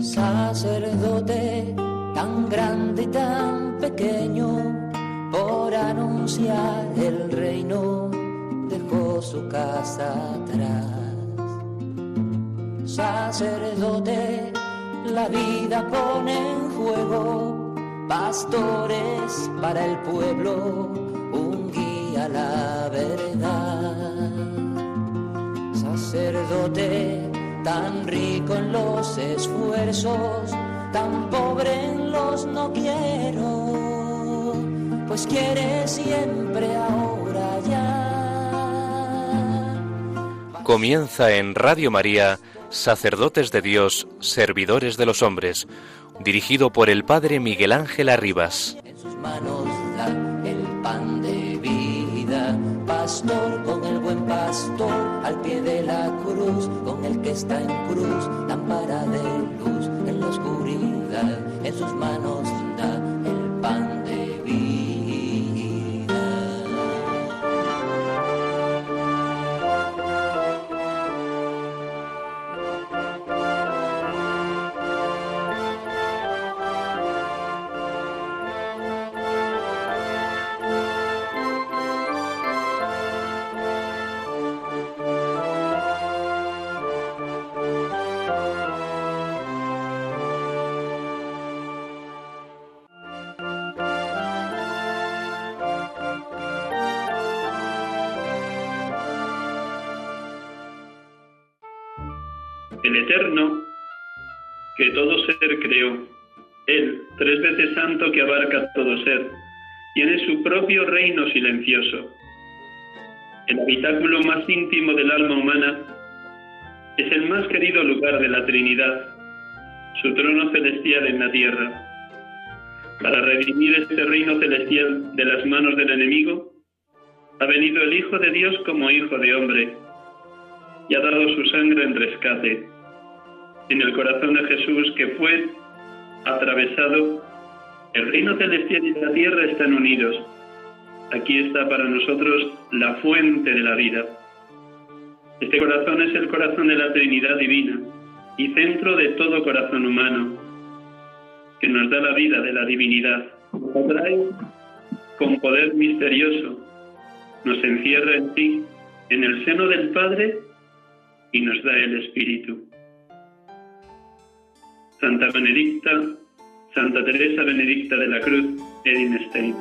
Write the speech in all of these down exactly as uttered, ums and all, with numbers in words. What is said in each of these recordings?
Sacerdote tan grande y tan pequeño, por anunciar el reino dejó su casa atrás. Sacerdote, la vida pone en juego, pastores para el pueblo, un guía a la verdad. Sacerdote, tan rico en los esfuerzos, tan pobre en los no quiero, pues quiere siempre ahora ya. Comienza en Radio María, Sacerdotes de Dios, Servidores de los Hombres, dirigido por el Padre Miguel Ángel Arribas. En sus manos da el pan de vida, pastor con el buen pastor, al pie de la cruz, con el que está en cruz, lámpara de luz en la oscuridad, en sus manos da el pan de vida. El Eterno, que todo ser creó, Él, tres veces santo que abarca todo ser, tiene su propio reino silencioso. El habitáculo más íntimo del alma humana es el más querido lugar de la Trinidad, su trono celestial en la tierra. Para redimir este reino celestial de las manos del enemigo, ha venido el Hijo de Dios como Hijo de hombre y ha dado su sangre en rescate. En el corazón de Jesús, que fue atravesado, el reino celestial y la tierra están unidos. Aquí está para nosotros la fuente de la vida. Este corazón es el corazón de la Trinidad divina y centro de todo corazón humano, que nos da la vida de la divinidad. Nos atrae con poder misterioso, nos encierra en sí, en el seno del Padre, y nos da el Espíritu. Santa Benedicta, Santa Teresa Benedicta de la Cruz, Edinstein.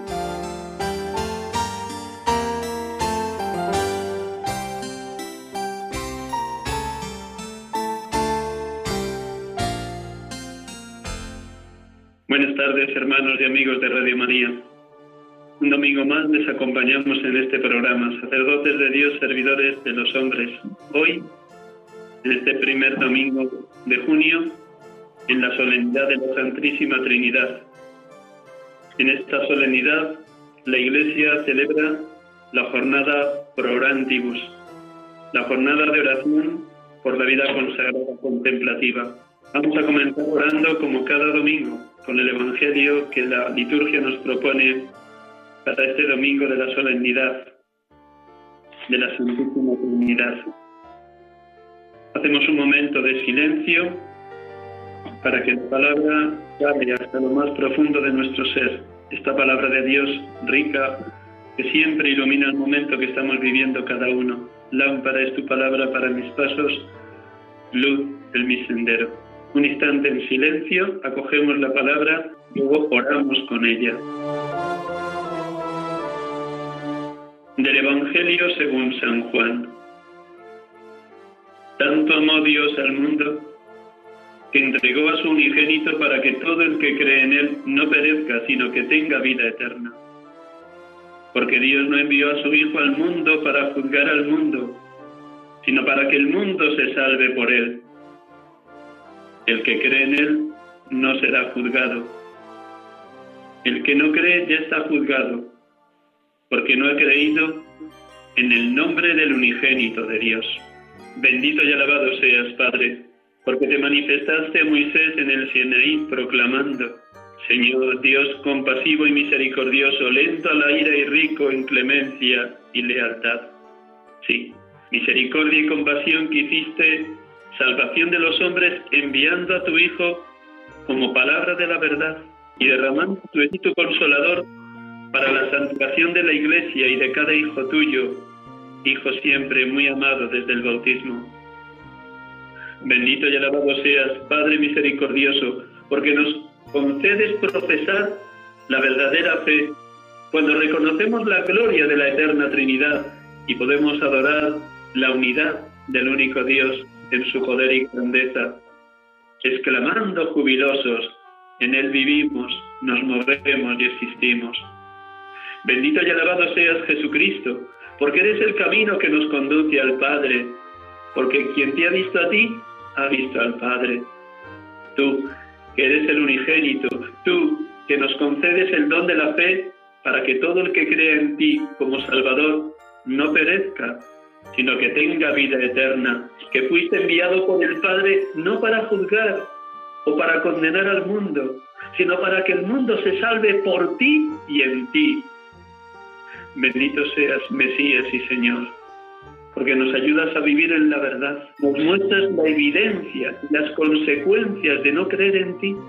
Buenas tardes, hermanos y amigos de Radio María. Un domingo más les acompañamos en este programa, Sacerdotes de Dios, Servidores de los Hombres. Hoy, en este primer domingo de junio, en la solemnidad de la Santísima Trinidad. En esta solemnidad, la Iglesia celebra la jornada Pro Orantibus, la jornada de oración por la vida consagrada contemplativa. Vamos a comenzar orando como cada domingo, con el Evangelio que la liturgia nos propone para este domingo de la solemnidad de la Santísima Trinidad. Hacemos un momento de silencio para que la palabra llegue hasta lo más profundo de nuestro ser. Esta palabra de Dios rica, que siempre ilumina el momento que estamos viviendo cada uno. Lámpara es tu palabra para mis pasos, luz en mi sendero. Un instante en silencio, acogemos la palabra y luego oramos con ella. Del Evangelio según San Juan. Tanto amó Dios al mundo, que entregó a su unigénito para que todo el que cree en él no perezca, sino que tenga vida eterna. Porque Dios no envió a su Hijo al mundo para juzgar al mundo, sino para que el mundo se salve por él. El que cree en él no será juzgado. El que no cree ya está juzgado, porque no ha creído en el nombre del unigénito de Dios. Bendito y alabado seas, Padre, porque te manifestaste a Moisés en el Sinaí proclamando: Señor Dios compasivo y misericordioso, lento a la ira y rico en clemencia y lealtad. Sí, misericordia y compasión que hiciste, salvación de los hombres, enviando a tu Hijo como palabra de la verdad y derramando tu Espíritu Consolador para la santificación de la Iglesia y de cada hijo tuyo, hijo siempre muy amado desde el bautismo. Bendito y alabado seas, Padre misericordioso, porque nos concedes profesar la verdadera fe cuando reconocemos la gloria de la eterna Trinidad y podemos adorar la unidad del único Dios en su poder y grandeza, exclamando jubilosos: en Él vivimos, nos movemos y existimos. Bendito y alabado seas, Jesucristo, porque eres el camino que nos conduce al Padre, porque quien te ha visto a ti, ha visto al Padre. Tú, que eres el unigénito, tú, que nos concedes el don de la fe, para que todo el que crea en ti como Salvador no perezca, sino que tenga vida eterna, que fuiste enviado por el Padre no para juzgar o para condenar al mundo, sino para que el mundo se salve por ti y en ti. Bendito seas, Mesías y Señor, porque nos ayudas a vivir en la verdad, nos muestras la evidencia y las consecuencias de no creer en ti.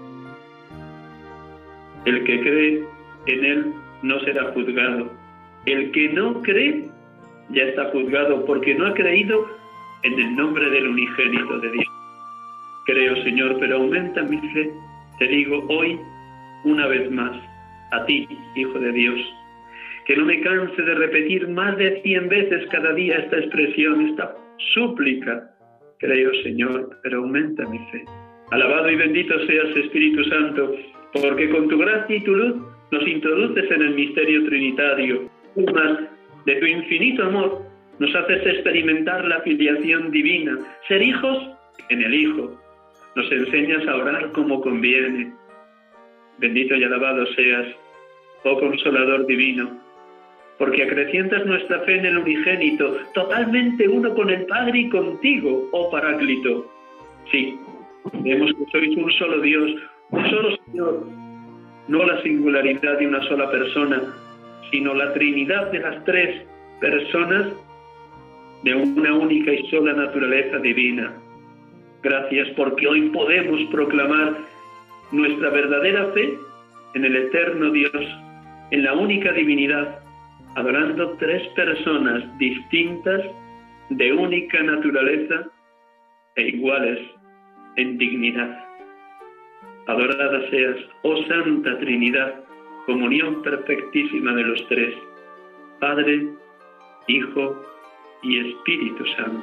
El que cree en Él no será juzgado. El que no cree ya está juzgado porque no ha creído en el nombre del unigénito de Dios. Creo, Señor, pero aumenta mi fe. Te digo hoy, una vez más, a ti, Hijo de Dios, que no me canse de repetir más de cien veces cada día esta expresión, esta súplica. Creo, Señor, pero aumenta mi fe. Alabado y bendito seas, Espíritu Santo, porque con tu gracia y tu luz nos introduces en el misterio trinitario. Más, de tu infinito amor nos haces experimentar la filiación divina, ser hijos en el Hijo. Nos enseñas a orar como conviene. Bendito y alabado seas, oh Consolador divino, porque acrecientas nuestra fe en el unigénito, totalmente uno con el Padre y contigo, oh Paráclito. Sí, vemos que sois un solo Dios, un solo Señor, no la singularidad de una sola persona, sino la Trinidad de las tres personas de una única y sola naturaleza divina. Gracias porque hoy podemos proclamar nuestra verdadera fe en el eterno Dios, en la única divinidad, adorando tres personas distintas, de única naturaleza e iguales en dignidad. Adorada seas, oh Santa Trinidad, comunión perfectísima de los tres, Padre, Hijo y Espíritu Santo.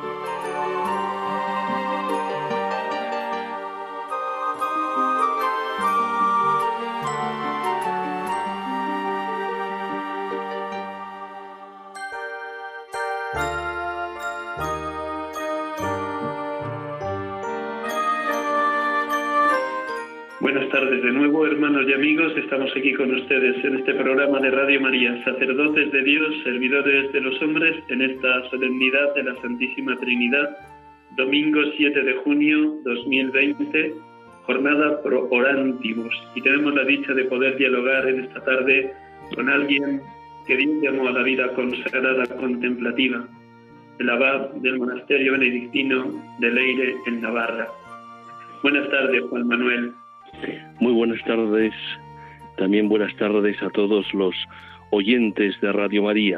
Buenas tardes de nuevo, hermanos y amigos. Estamos aquí con ustedes en este programa de Radio María, sacerdotes de Dios, servidores de los hombres, en esta solemnidad de la Santísima Trinidad, domingo siete de junio dos mil veinte, jornada pro orantibus. Y tenemos la dicha de poder dialogar en esta tarde con alguien que Dios llamó a la vida consagrada contemplativa, el abad del monasterio benedictino de Leire, en Navarra. Buenas tardes, Juan Manuel. Muy buenas tardes, también buenas tardes a todos los oyentes de Radio María.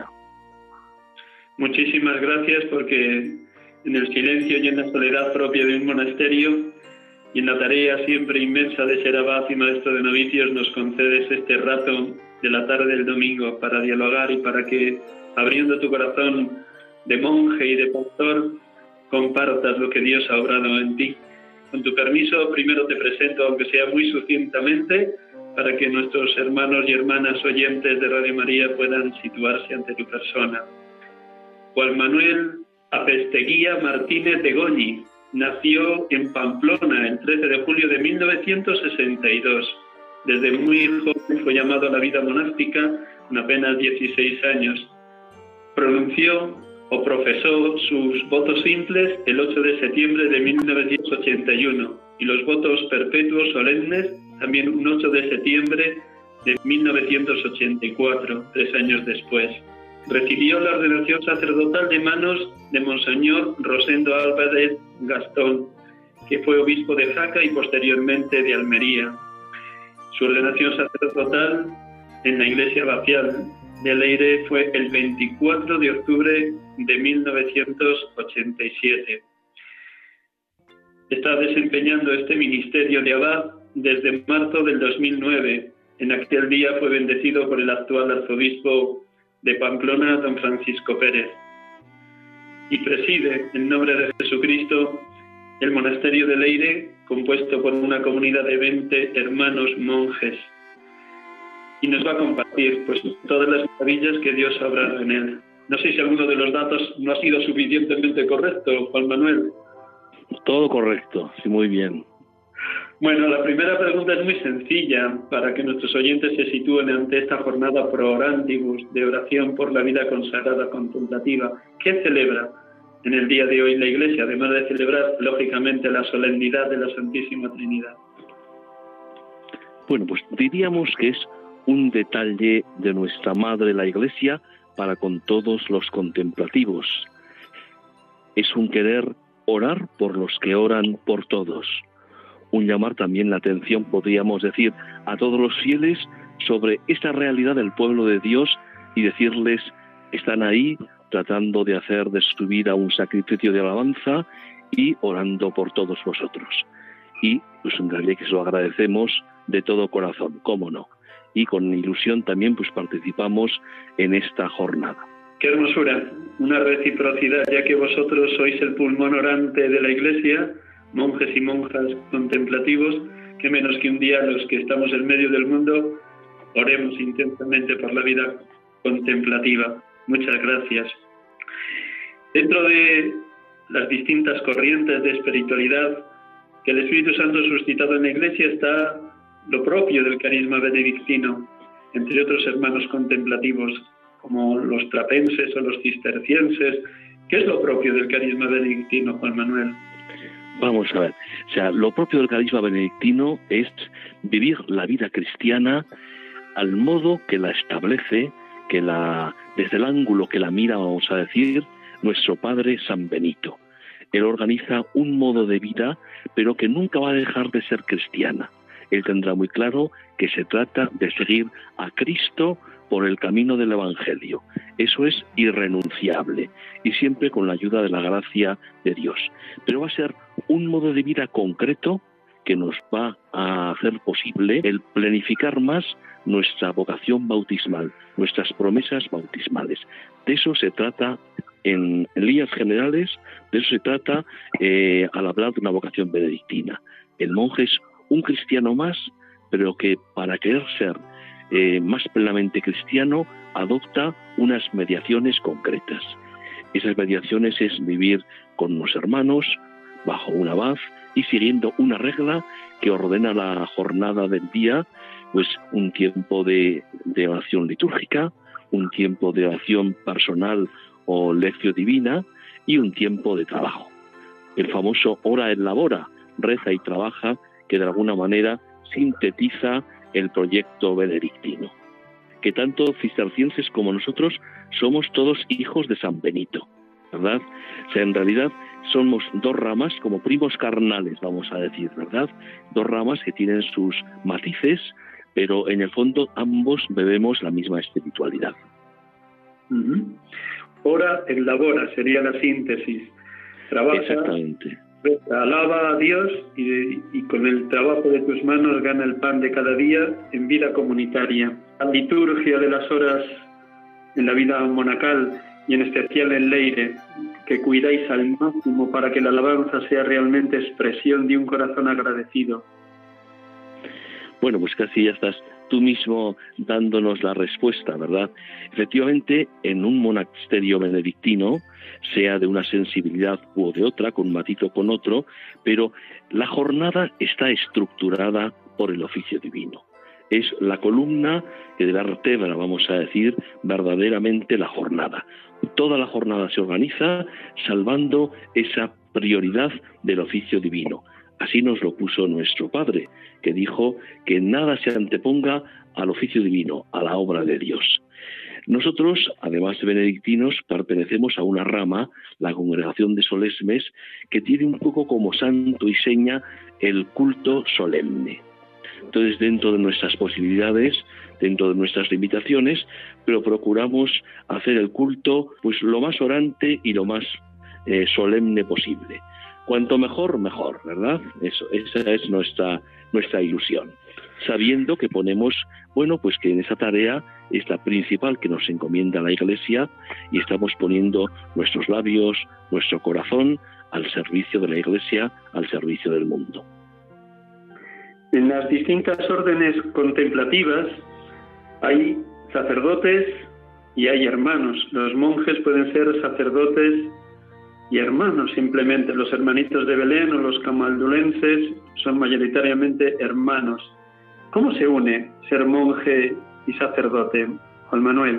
Muchísimas gracias, porque en el silencio y en la soledad propia de un monasterio y en la tarea siempre inmensa de ser abad y maestro de novicios nos concedes este rato de la tarde del domingo para dialogar y para que, abriendo tu corazón de monje y de pastor, compartas lo que Dios ha obrado en ti. Con tu permiso, primero te presento, aunque sea muy sucintamente, para que nuestros hermanos y hermanas oyentes de Radio María puedan situarse ante tu persona. Juan Manuel Apesteguía Martínez de Goñi nació en Pamplona el trece de julio de mil novecientos sesenta y dos. Desde muy joven fue llamado a la vida monástica con apenas dieciséis años. Pronunció o profesó sus votos simples el ocho de septiembre de mil novecientos ochenta y uno y los votos perpetuos solemnes también un ocho de septiembre de mil novecientos ochenta y cuatro, tres años después. Recibió la ordenación sacerdotal de manos de Monseñor Rosendo Álvarez Gastón que fue obispo de Jaca y posteriormente de Almería. Su ordenación sacerdotal en la iglesia abacial de Leire fue el veinticuatro de octubre de mil novecientos ochenta y siete. Está desempeñando este ministerio de abad desde marzo del dos mil nueve. En aquel día fue bendecido por el actual arzobispo de Pamplona, don Francisco Pérez, y preside, en nombre de Jesucristo, el monasterio de Leire, compuesto por una comunidad de veinte hermanos monjes, y nos va a compartir pues todas las maravillas que Dios ha obrado en él. No sé si alguno de los datos no ha sido suficientemente correcto, Juan Manuel. Todo correcto, sí, muy bien. Bueno, la primera pregunta es muy sencilla para que nuestros oyentes se sitúen ante esta jornada pro orantibus de oración por la vida consagrada contemplativa. ¿Qué celebra en el día de hoy la Iglesia, además de celebrar, lógicamente, la solemnidad de la Santísima Trinidad? Bueno, pues diríamos que es un detalle de nuestra Madre la Iglesia para con todos los contemplativos. Es un querer orar por los que oran por todos. Un llamar también la atención, podríamos decir, a todos los fieles sobre esta realidad del pueblo de Dios y decirles, están ahí tratando de hacer de su vida un sacrificio de alabanza y orando por todos vosotros. Y pues en realidad que se lo agradecemos de todo corazón, cómo no. Y con ilusión también pues participamos en esta jornada. ¡Qué hermosura! Una reciprocidad, ya que vosotros sois el pulmón orante de la Iglesia, monjes y monjas contemplativos, que menos que un día los que estamos en medio del mundo oremos intensamente por la vida contemplativa. Muchas gracias. Dentro de las distintas corrientes de espiritualidad que el Espíritu Santo ha suscitado en la Iglesia está lo propio del carisma benedictino, entre otros hermanos contemplativos, como los trapenses o los cistercienses. ¿Qué es lo propio del carisma benedictino, Juan Manuel? Vamos a ver, o sea, lo propio del carisma benedictino es vivir la vida cristiana al modo que la establece, que la desde el ángulo que la mira, vamos a decir, nuestro Padre San Benito. Él organiza un modo de vida, pero que nunca va a dejar de ser cristiana. Él tendrá muy claro que se trata de seguir a Cristo por el camino del Evangelio. Eso es irrenunciable y siempre con la ayuda de la gracia de Dios. Pero va a ser un modo de vida concreto que nos va a hacer posible el planificar más nuestra vocación bautismal, nuestras promesas bautismales. De eso se trata en, en líneas generales, de eso se trata eh, al hablar de una vocación benedictina. El monje es un cristiano más, pero que para querer ser eh, más plenamente cristiano, adopta unas mediaciones concretas. Esas mediaciones es vivir con los hermanos, bajo un abad y siguiendo una regla que ordena la jornada del día, pues un tiempo de, de oración litúrgica, un tiempo de oración personal o lección divina y un tiempo de trabajo. El famoso ora et labora, reza y trabaja, que de alguna manera sintetiza el proyecto benedictino. Que tanto cistercienses como nosotros somos todos hijos de San Benito, ¿verdad? O sea, en realidad somos dos ramas, como primos carnales, vamos a decir, ¿verdad? Dos ramas que tienen sus matices, pero en el fondo ambos bebemos la misma espiritualidad. Uh-huh. Ora et labora sería la síntesis. Trabaja, exactamente. Alaba a Dios y, y con el trabajo de tus manos gana el pan de cada día en vida comunitaria. La liturgia de las horas en la vida monacal y en especial en Leire, que cuidáis al máximo para que la alabanza sea realmente expresión de un corazón agradecido. Bueno, pues casi ya estás tú mismo dándonos la respuesta, ¿verdad? Efectivamente, en un monasterio benedictino, sea de una sensibilidad u de otra, con un matiz o con otro, pero la jornada está estructurada por el oficio divino. Es la columna que vertebra, vamos a decir, verdaderamente la jornada. Toda la jornada se organiza salvando esa prioridad del oficio divino. Así nos lo puso nuestro Padre, que dijo que nada se anteponga al oficio divino, a la obra de Dios. Nosotros, además de benedictinos, pertenecemos a una rama, la Congregación de Solesmes, que tiene un poco como santo y seña el culto solemne. Entonces, dentro de nuestras posibilidades, dentro de nuestras limitaciones, pero procuramos hacer el culto pues lo más orante y lo más eh, solemne posible. Cuanto mejor, mejor, ¿verdad? Eso, esa es nuestra, nuestra ilusión. Sabiendo que ponemos, bueno, pues que en esa tarea es la principal que nos encomienda la Iglesia y estamos poniendo nuestros labios, nuestro corazón al servicio de la Iglesia, al servicio del mundo. En las distintas órdenes contemplativas hay sacerdotes y hay hermanos. Los monjes pueden ser sacerdotes y hermanos simplemente. Los hermanitos de Belén o los camaldulenses son mayoritariamente hermanos. ¿Cómo se une ser monje y sacerdote, Juan Manuel?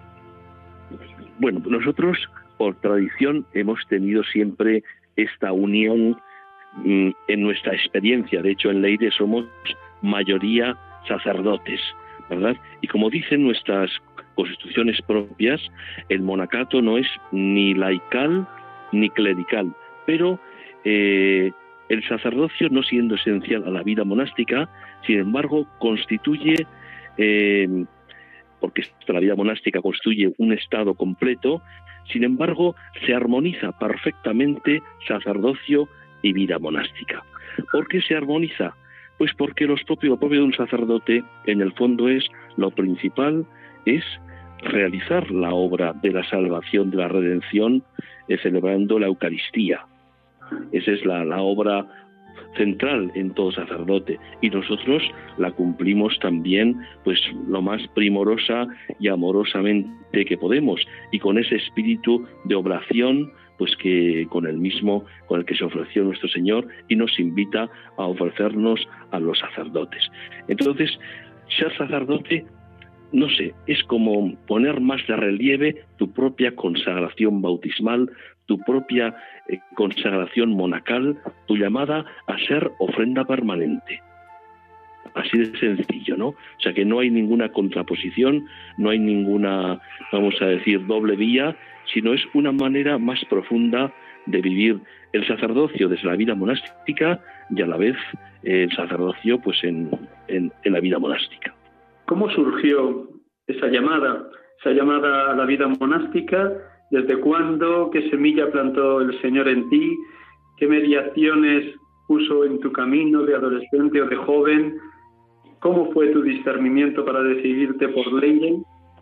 Bueno, nosotros por tradición hemos tenido siempre esta unión mmm, en nuestra experiencia. De hecho, en Leire somos mayoría sacerdotes, ¿verdad? Y como dicen nuestras constituciones propias, el monacato no es ni laical ni clerical, pero eh, el sacerdocio, no siendo esencial a la vida monástica, sin embargo, constituye, eh, porque la vida monástica constituye un estado completo, sin embargo, se armoniza perfectamente sacerdocio y vida monástica. ¿Por qué se armoniza? Pues porque los propios, lo propio de un sacerdote, en el fondo, es lo principal, es realizar la obra de la salvación, de la redención, eh, celebrando la Eucaristía. Esa es la, la obra central en todo sacerdote, y nosotros la cumplimos también pues lo más primorosa y amorosamente que podemos, y con ese espíritu de oblación pues que con el mismo con el que se ofreció nuestro Señor y nos invita a ofrecernos a los sacerdotes. Entonces, ser sacerdote, no sé, es como poner más de relieve tu propia consagración bautismal, tu propia eh, consagración monacal, tu llamada a ser ofrenda permanente. Así de sencillo, ¿no? O sea, que no hay ninguna contraposición, no hay ninguna, vamos a decir, doble vía, sino es una manera más profunda de vivir el sacerdocio desde la vida monástica y a la vez el sacerdocio pues en, en, en la vida monástica. ¿Cómo surgió esa llamada, esa llamada a la vida monástica? ¿Desde cuándo? ¿Qué semilla plantó el Señor en ti? ¿Qué mediaciones puso en tu camino de adolescente o de joven? ¿Cómo fue tu discernimiento para decidirte por Leire?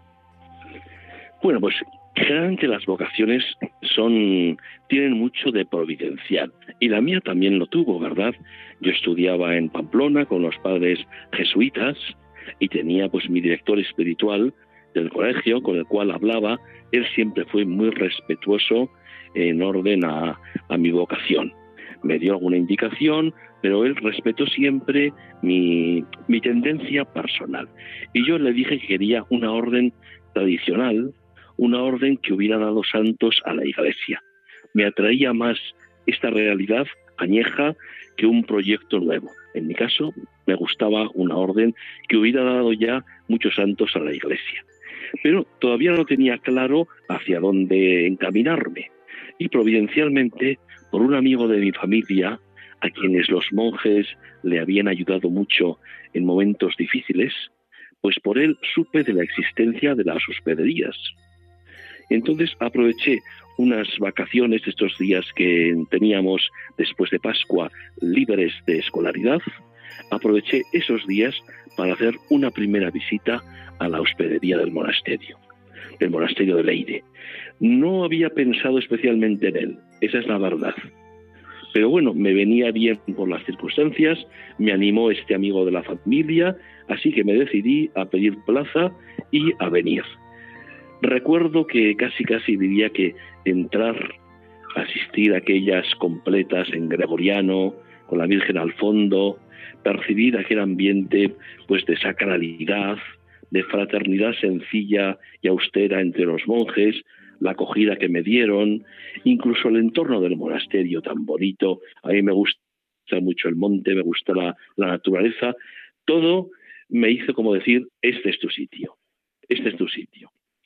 Bueno, pues generalmente las vocaciones son tienen mucho de providencial, y la mía también lo tuvo, ¿verdad? Yo estudiaba en Pamplona con los padres jesuitas y tenía pues mi director espiritual del colegio con el cual hablaba. Él siempre fue muy respetuoso en orden a, a mi vocación. Me dio alguna indicación, pero él respetó siempre mi, mi tendencia personal. Y yo le dije que quería una orden tradicional, una orden que hubiera dado santos a la Iglesia. Me atraía más esta realidad añeja que un proyecto nuevo. En mi caso, me gustaba una orden que hubiera dado ya muchos santos a la Iglesia. Pero todavía no tenía claro hacia dónde encaminarme. Y providencialmente, por un amigo de mi familia, a quienes los monjes le habían ayudado mucho en momentos difíciles, pues por él supe de la existencia de las hospederías. Entonces aproveché unas vacaciones, estos días que teníamos después de Pascua libres de escolaridad, aproveché esos días para hacer una primera visita a la hospedería del monasterio, del monasterio de Leire. No había pensado especialmente en él, esa es la verdad. Pero bueno, me venía bien por las circunstancias, me animó este amigo de la familia, así que me decidí a pedir plaza y a venir. Recuerdo que casi casi diría que entrar, asistir a aquellas completas en gregoriano, con la Virgen al fondo, percibir aquel ambiente pues de sacralidad, de fraternidad sencilla y austera entre los monjes, la acogida que me dieron, incluso el entorno del monasterio tan bonito. A mí me gusta mucho el monte, me gusta la, la naturaleza. Todo me hizo como decir, este es tu sitio, este es tu sitio.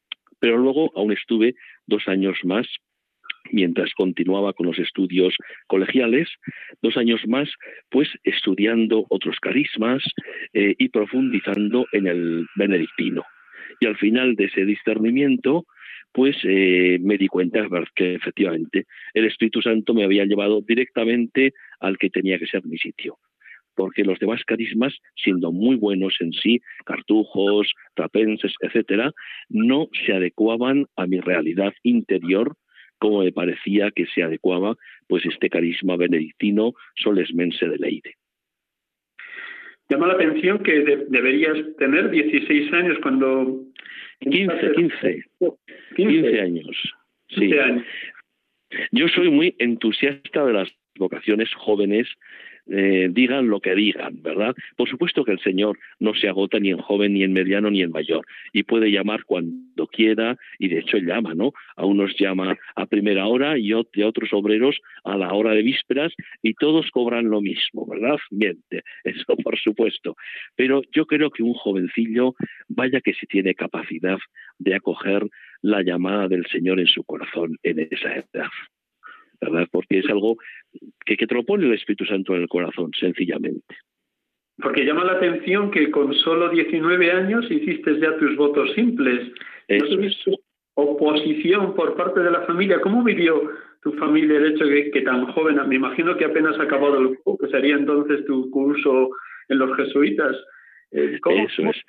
Pero luego aún estuve dos años más, mientras continuaba con los estudios colegiales, dos años más, pues estudiando otros carismas eh, y profundizando en el benedictino. Y al final de ese discernimiento, pues eh, me di cuenta que efectivamente el Espíritu Santo me había llevado directamente al que tenía que ser mi sitio. Porque los demás carismas, siendo muy buenos en sí, cartujos, trapenses, etcétera, no se adecuaban a mi realidad interior, como me parecía que se adecuaba pues este carisma benedictino solesmense de Leyde. Llama la atención que de, deberías tener dieciséis años cuando... quince, quince. quince años. Sí. quince años. Yo soy muy entusiasta de las vocaciones jóvenes, eh, digan lo que digan, ¿verdad? Por supuesto que el Señor no se agota ni en joven, ni en mediano, ni en mayor, y puede llamar cuando quiera, y de hecho llama, ¿no? A unos llama a primera hora y a otros obreros a la hora de vísperas, y todos cobran lo mismo, ¿verdad? Miente, eso por supuesto. Pero yo creo que un jovencillo, vaya que si tiene capacidad de acoger la llamada del Señor en su corazón en esa edad, ¿verdad? Porque es algo que, que te lo pone el Espíritu Santo en el corazón, sencillamente. Porque llama la atención que con solo diecinueve años hiciste ya tus votos simples. Eso, ¿No tuviste oposición por parte de la familia? ¿Cómo vivió tu familia el hecho de que, que tan joven, me imagino que apenas ha acabado el que sería entonces tu curso en los jesuitas? ¿Cómo, Eso es.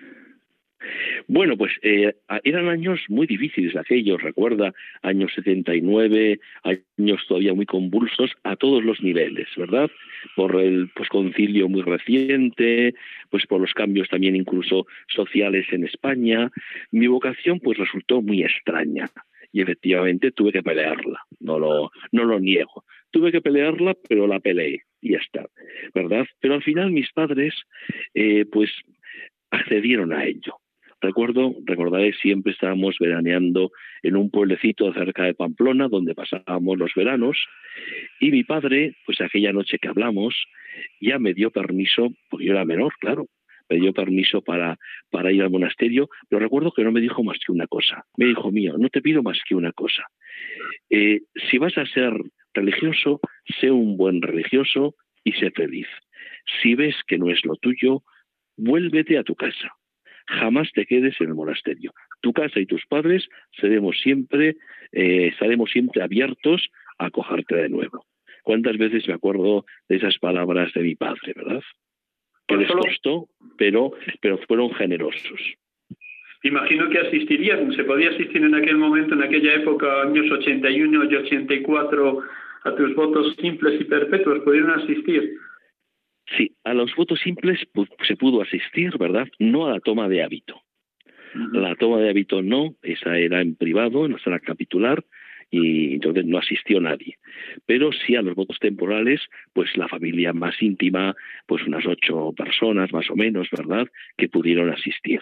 Bueno, pues eh, eran años muy difíciles aquellos, recuerda, años setenta y nueve, años todavía muy convulsos a todos los niveles, ¿verdad? Por el pues, concilio muy reciente, pues por los cambios también incluso sociales en España. Mi vocación pues resultó muy extraña y efectivamente tuve que pelearla, no lo, no lo niego. Tuve que pelearla, pero la peleé y ya está, ¿verdad? Pero al final mis padres eh, pues accedieron a ello. Recuerdo, recordaré, siempre estábamos veraneando en un pueblecito cerca de Pamplona, donde pasábamos los veranos, y mi padre, pues aquella noche que hablamos, ya me dio permiso, porque yo era menor, claro, me dio permiso para, para ir al monasterio, pero recuerdo que no me dijo más que una cosa. Me dijo, mío, no te pido más que una cosa. Eh, si vas a ser religioso, sé un buen religioso y sé feliz. Si ves que no es lo tuyo, vuélvete a tu casa. Jamás te quedes en el monasterio. Tu casa y tus padres seremos siempre, eh, estaremos siempre abiertos a acogerte de nuevo. ¿Cuántas veces me acuerdo de esas palabras de mi padre, verdad? Que les costó, pero, pero fueron generosos. Imagino que asistirían, se podía asistir en aquel momento, en aquella época, años ochenta y uno y ochenta y cuatro, a tus votos simples y perpetuos, ¿pudieron asistir? Sí, a los votos simples pues, se pudo asistir, ¿verdad? No a la toma de hábito. Uh-huh. La toma de hábito no, esa era en privado, en la sala capitular, y entonces no asistió nadie. Pero sí a los votos temporales, pues la familia más íntima, pues unas ocho personas más o menos, ¿verdad?, que pudieron asistir.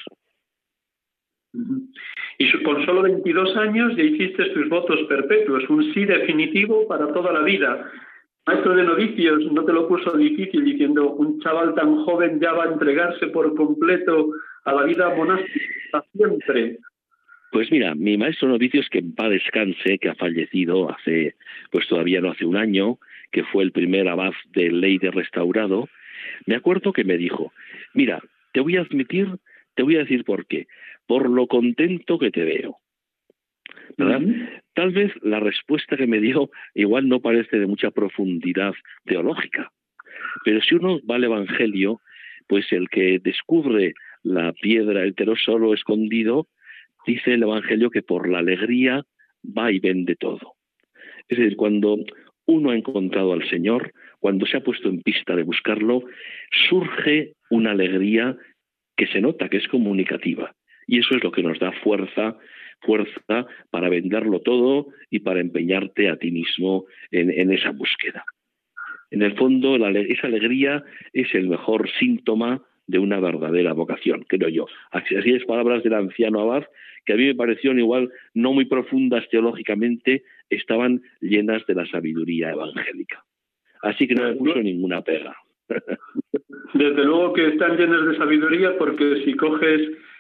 Uh-huh. Y con solo veintidós años ya hiciste tus votos perpetuos, un sí definitivo para toda la vida. Maestro de novicios no te lo puso difícil diciendo un chaval tan joven ya va a entregarse por completo a la vida monástica siempre. Pues mira, mi maestro de novicios, que en paz descanse, que ha fallecido hace, pues todavía no hace un año, que fue el primer abad de Leyde restaurado, me acuerdo que me dijo, mira, te voy a admitir, te voy a decir por qué, por lo contento que te veo. ¿Verdad? Uh-huh. Tal vez la respuesta que me dio igual no parece de mucha profundidad teológica, pero si uno va al Evangelio, pues el que descubre la piedra, el tesoro escondido, dice el Evangelio que por la alegría va y vende todo. Es decir, cuando uno ha encontrado al Señor, cuando se ha puesto en pista de buscarlo, surge una alegría que se nota, que es comunicativa, y eso es lo que nos da fuerza fuerza para venderlo todo y para empeñarte a ti mismo en, en esa búsqueda. En el fondo, la, esa alegría es el mejor síntoma de una verdadera vocación, creo yo. Así es, palabras del anciano abad, que a mí me parecieron igual no muy profundas teológicamente, estaban llenas de la sabiduría evangélica. Así que no me puso ninguna pega. Desde luego que están llenas de sabiduría, porque si coges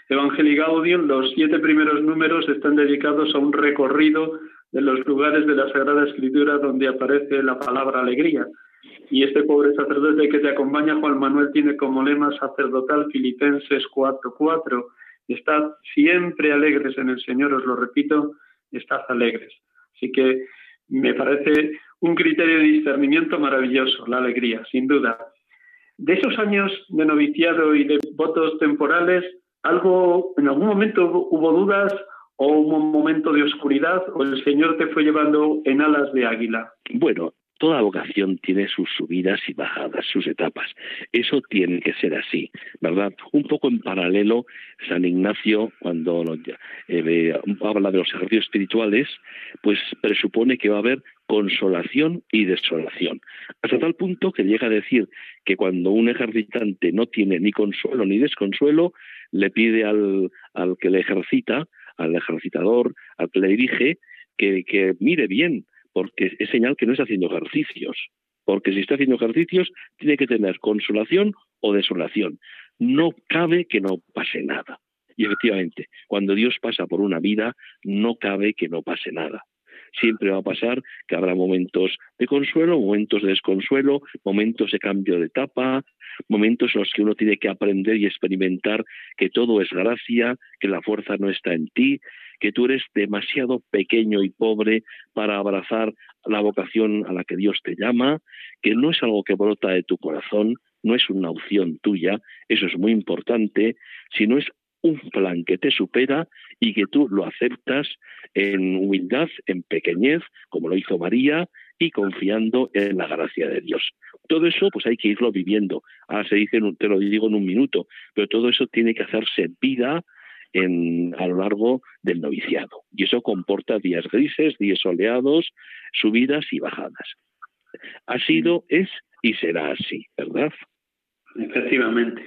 Evangelii Gaudium, los siete primeros números están dedicados a un recorrido de los lugares de la Sagrada Escritura donde aparece la palabra alegría. Y este pobre sacerdote que te acompaña, Juan Manuel, tiene como lema sacerdotal Filipenses cuatro cuatro. Estad siempre alegres en el Señor, os lo repito, estad alegres. Así que me parece un criterio de discernimiento maravilloso, la alegría, sin duda. De esos años de noviciado y de votos temporales, ¿algo, en algún momento hubo dudas o hubo un momento de oscuridad o el Señor te fue llevando en alas de águila? Bueno, toda vocación tiene sus subidas y bajadas, sus etapas. Eso tiene que ser así, ¿verdad? Un poco en paralelo, San Ignacio, cuando eh, habla de los ejercicios espirituales, pues presupone que va a haber consolación y desolación. Hasta tal punto que llega a decir que cuando un ejercitante no tiene ni consuelo ni desconsuelo, le pide al, al que le ejercita, al ejercitador, al que le dirige, que, que mire bien, porque es señal que no está haciendo ejercicios. Porque si está haciendo ejercicios, tiene que tener consolación o desolación. No cabe que no pase nada. Y efectivamente, cuando Dios pasa por una vida, no cabe que no pase nada. Siempre va a pasar que habrá momentos de consuelo, momentos de desconsuelo, momentos de cambio de etapa, momentos en los que uno tiene que aprender y experimentar que todo es gracia, que la fuerza no está en ti, que tú eres demasiado pequeño y pobre para abrazar la vocación a la que Dios te llama, que no es algo que brota de tu corazón, no es una opción tuya, eso es muy importante, sino es un plan que te supera y que tú lo aceptas en humildad, en pequeñez, como lo hizo María, y confiando en la gracia de Dios. Todo eso pues hay que irlo viviendo. Ahora se dice, te lo digo en un minuto, pero todo eso tiene que hacerse vida en, a lo largo del noviciado. Y eso comporta días grises, días soleados, subidas y bajadas. Ha sido, es y será así, ¿verdad? Efectivamente.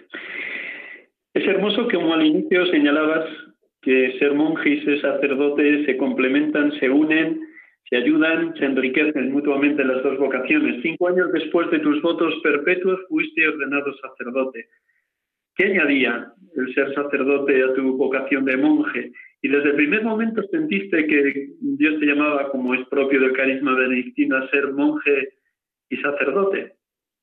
Es hermoso que, como al inicio señalabas, que ser monje y ser sacerdote se complementan, se unen, se ayudan, se enriquecen mutuamente las dos vocaciones. Cinco años después de tus votos perpetuos fuiste ordenado sacerdote. ¿Qué añadía el ser sacerdote a tu vocación de monje? Y desde el primer momento sentiste que Dios te llamaba, como es propio del carisma benedictino, a ser monje y sacerdote.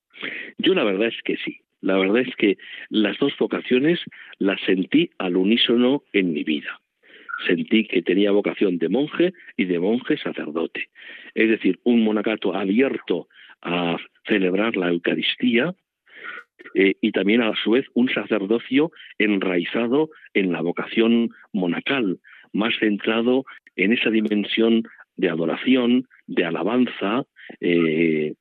Yo la verdad es que sí. La verdad es que las dos vocaciones las sentí al unísono en mi vida. Sentí que tenía vocación de monje y de monje sacerdote. Es decir, un monacato abierto a celebrar la Eucaristía eh, y también a su vez un sacerdocio enraizado en la vocación monacal, más centrado en esa dimensión de adoración, de alabanza, eh,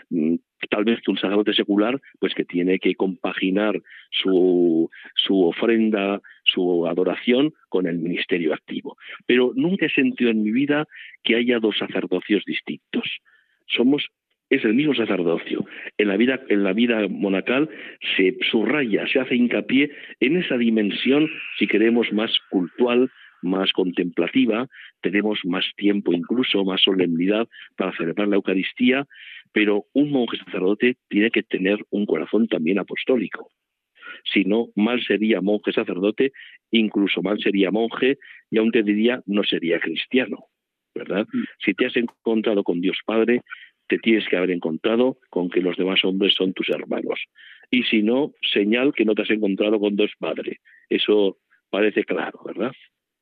tal vez que un sacerdote secular, pues que tiene que compaginar su, su ofrenda, su adoración con el ministerio activo. Pero nunca he sentido en mi vida que haya dos sacerdocios distintos. Somos, es el mismo sacerdocio. En la vida, en la vida monacal se subraya, se hace hincapié en esa dimensión, si queremos, más cultual, más contemplativa, tenemos más tiempo, incluso más solemnidad para celebrar la Eucaristía, pero un monje sacerdote tiene que tener un corazón también apostólico. Si no, mal sería monje sacerdote, incluso mal sería monje, y aún te diría, no sería cristiano, ¿verdad? Mm. Si te has encontrado con Dios Padre, te tienes que haber encontrado con que los demás hombres son tus hermanos. Y si no, señal que no te has encontrado con Dios Padre. Eso parece claro, ¿verdad?